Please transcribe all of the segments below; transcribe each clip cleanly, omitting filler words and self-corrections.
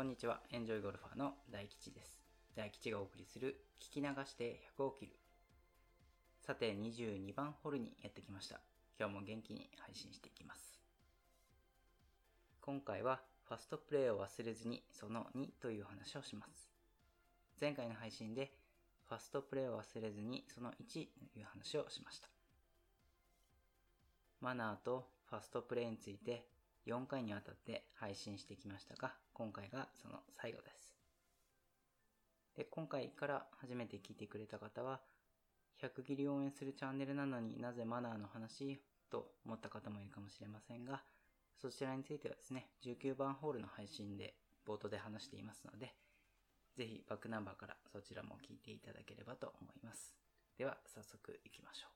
こんにちは。エンジョイゴルファーの大吉です。大吉がお送りする聞き流して100起きる。さて、22番ホールにやってきました。今日も元気に配信していきます。今回はファストプレーを忘れずにその2という話をします。前回の配信でファストプレーを忘れずにその1という話をしました。マナーとファストプレーについて4回にわたって配信してきましたが、今回がその最後です。で、今回から初めて聞いてくれた方は、100切り応援するチャンネルなのになぜマナーの話と思った方もいるかもしれませんが、そちらについてはですね、19番ホールの配信で冒頭で話していますので、ぜひバックナンバーからそちらも聞いていただければと思います。では早速行きましょう。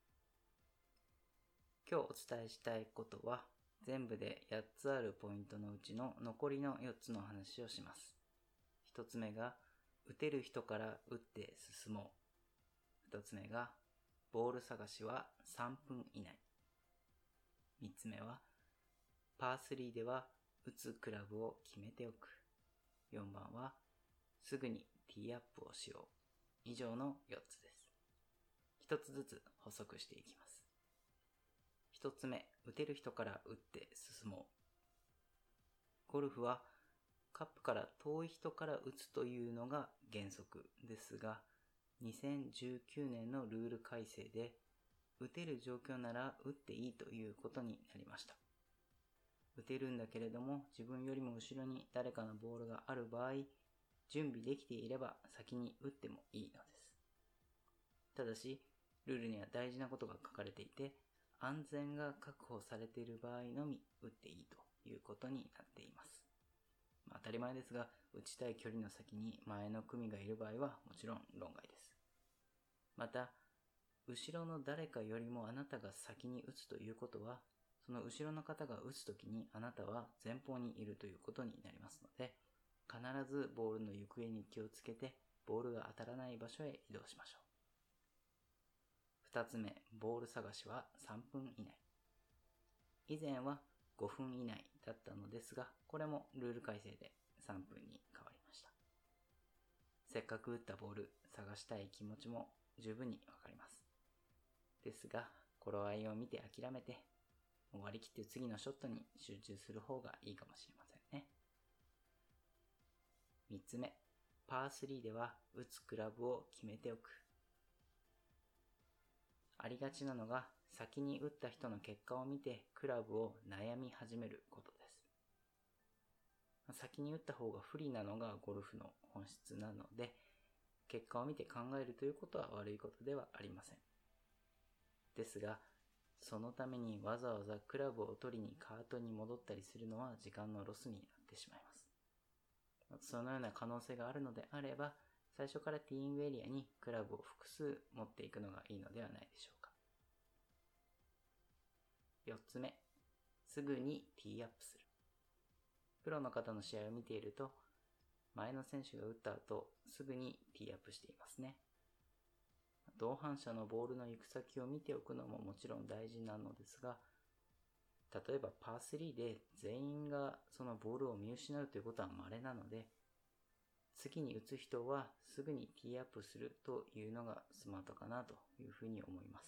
今日お伝えしたいことは、全部で8つあるポイントのうちの残りの4つの話をします。1つ目が、打てる人から打って進もう。2つ目が、ボール探しは3分以内。3つ目は、パー3では打つクラブを決めておく。4番は、すぐにティーアップをしよう。以上の4つです。1つずつ補足していきます。1つ目、打てる人から打って進もう。ゴルフはカップから遠い人から打つというのが原則ですが、2019年のルール改正で打てる状況なら打っていいということになりました。打てるんだけれども自分よりも後ろに誰かのボールがある場合、準備できていれば先に打ってもいいのです。ただし、ルールには大事なことが書かれていて、安全が確保されている場合のみ打っていいということになっています。当たり前ですが、打ちたい距離の先に前の組がいる場合はもちろん論外です。また、後ろの誰かよりもあなたが先に打つということは、その後ろの方が打つときにあなたは前方にいるということになりますので、必ずボールの行方に気をつけて、ボールが当たらない場所へ移動しましょう。2つ目、ボール探しは3分以内。以前は5分以内だったのですが、これもルール改正で3分に変わりました。せっかく打ったボール、探したい気持ちも十分にわかります。ですが、頃合いを見て諦めて、割り切って次のショットに集中する方がいいかもしれませんね。3つ目、パー3では打つクラブを決めておく。ありがちなのが、先に打った人の結果を見てクラブを悩み始めることです。先に打った方が不利なのがゴルフの本質なので、結果を見て考えるということは悪いことではありません。ですが、そのためにわざわざクラブを取りにカートに戻ったりするのは時間のロスになってしまいます。そのような可能性があるのであれば、最初からティーイングエリアにクラブを複数持っていくのがいいのではないでしょうか。4つ目、すぐにティーアップする。プロの方の試合を見ていると、前の選手が打った後、すぐにティーアップしていますね。同伴者のボールの行く先を見ておくのももちろん大事なのですが、例えばパー3で全員がそのボールを見失うということは稀なので、次に打つ人はすぐにティーアップするというのがスマートかなというふうに思います。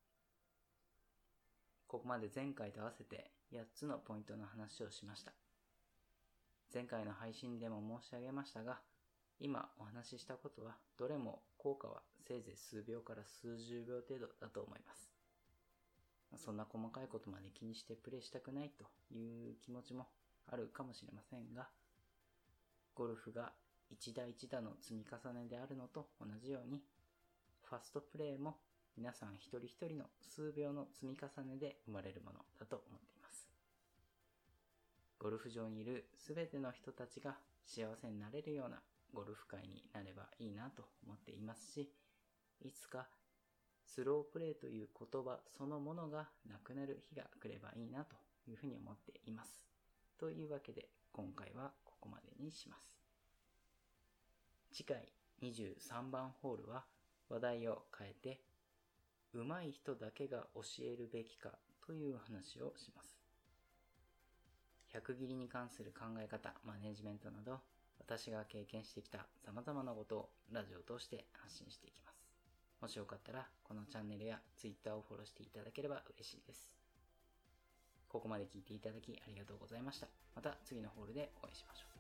ここまで前回と合わせて8つのポイントの話をしました。前回の配信でも申し上げましたが、今お話ししたことはどれも効果はせいぜい数秒から数十秒程度だと思います。そんな細かいことまで気にしてプレイしたくないという気持ちもあるかもしれませんが、ゴルフが一打一打の積み重ねであるのと同じように、ファストプレーも皆さん一人一人の数秒の積み重ねで生まれるものだと思っています。ゴルフ場にいるすべての人たちが幸せになれるようなゴルフ界になればいいなと思っていますし、いつかスロープレーという言葉そのものがなくなる日が来ればいいなというふうに思っています。というわけで今回はここまでにします。次回23番ホールは話題を変えて、上手い人だけが教えるべきかという話をします。 100切りに関する考え方、マネジメントなど、私が経験してきた様々なことをラジオを通して発信していきます。もしよかったら、このチャンネルや Twitter をフォローしていただければ嬉しいです。ここまで聞いていただきありがとうございました。また次のホールでお会いしましょう。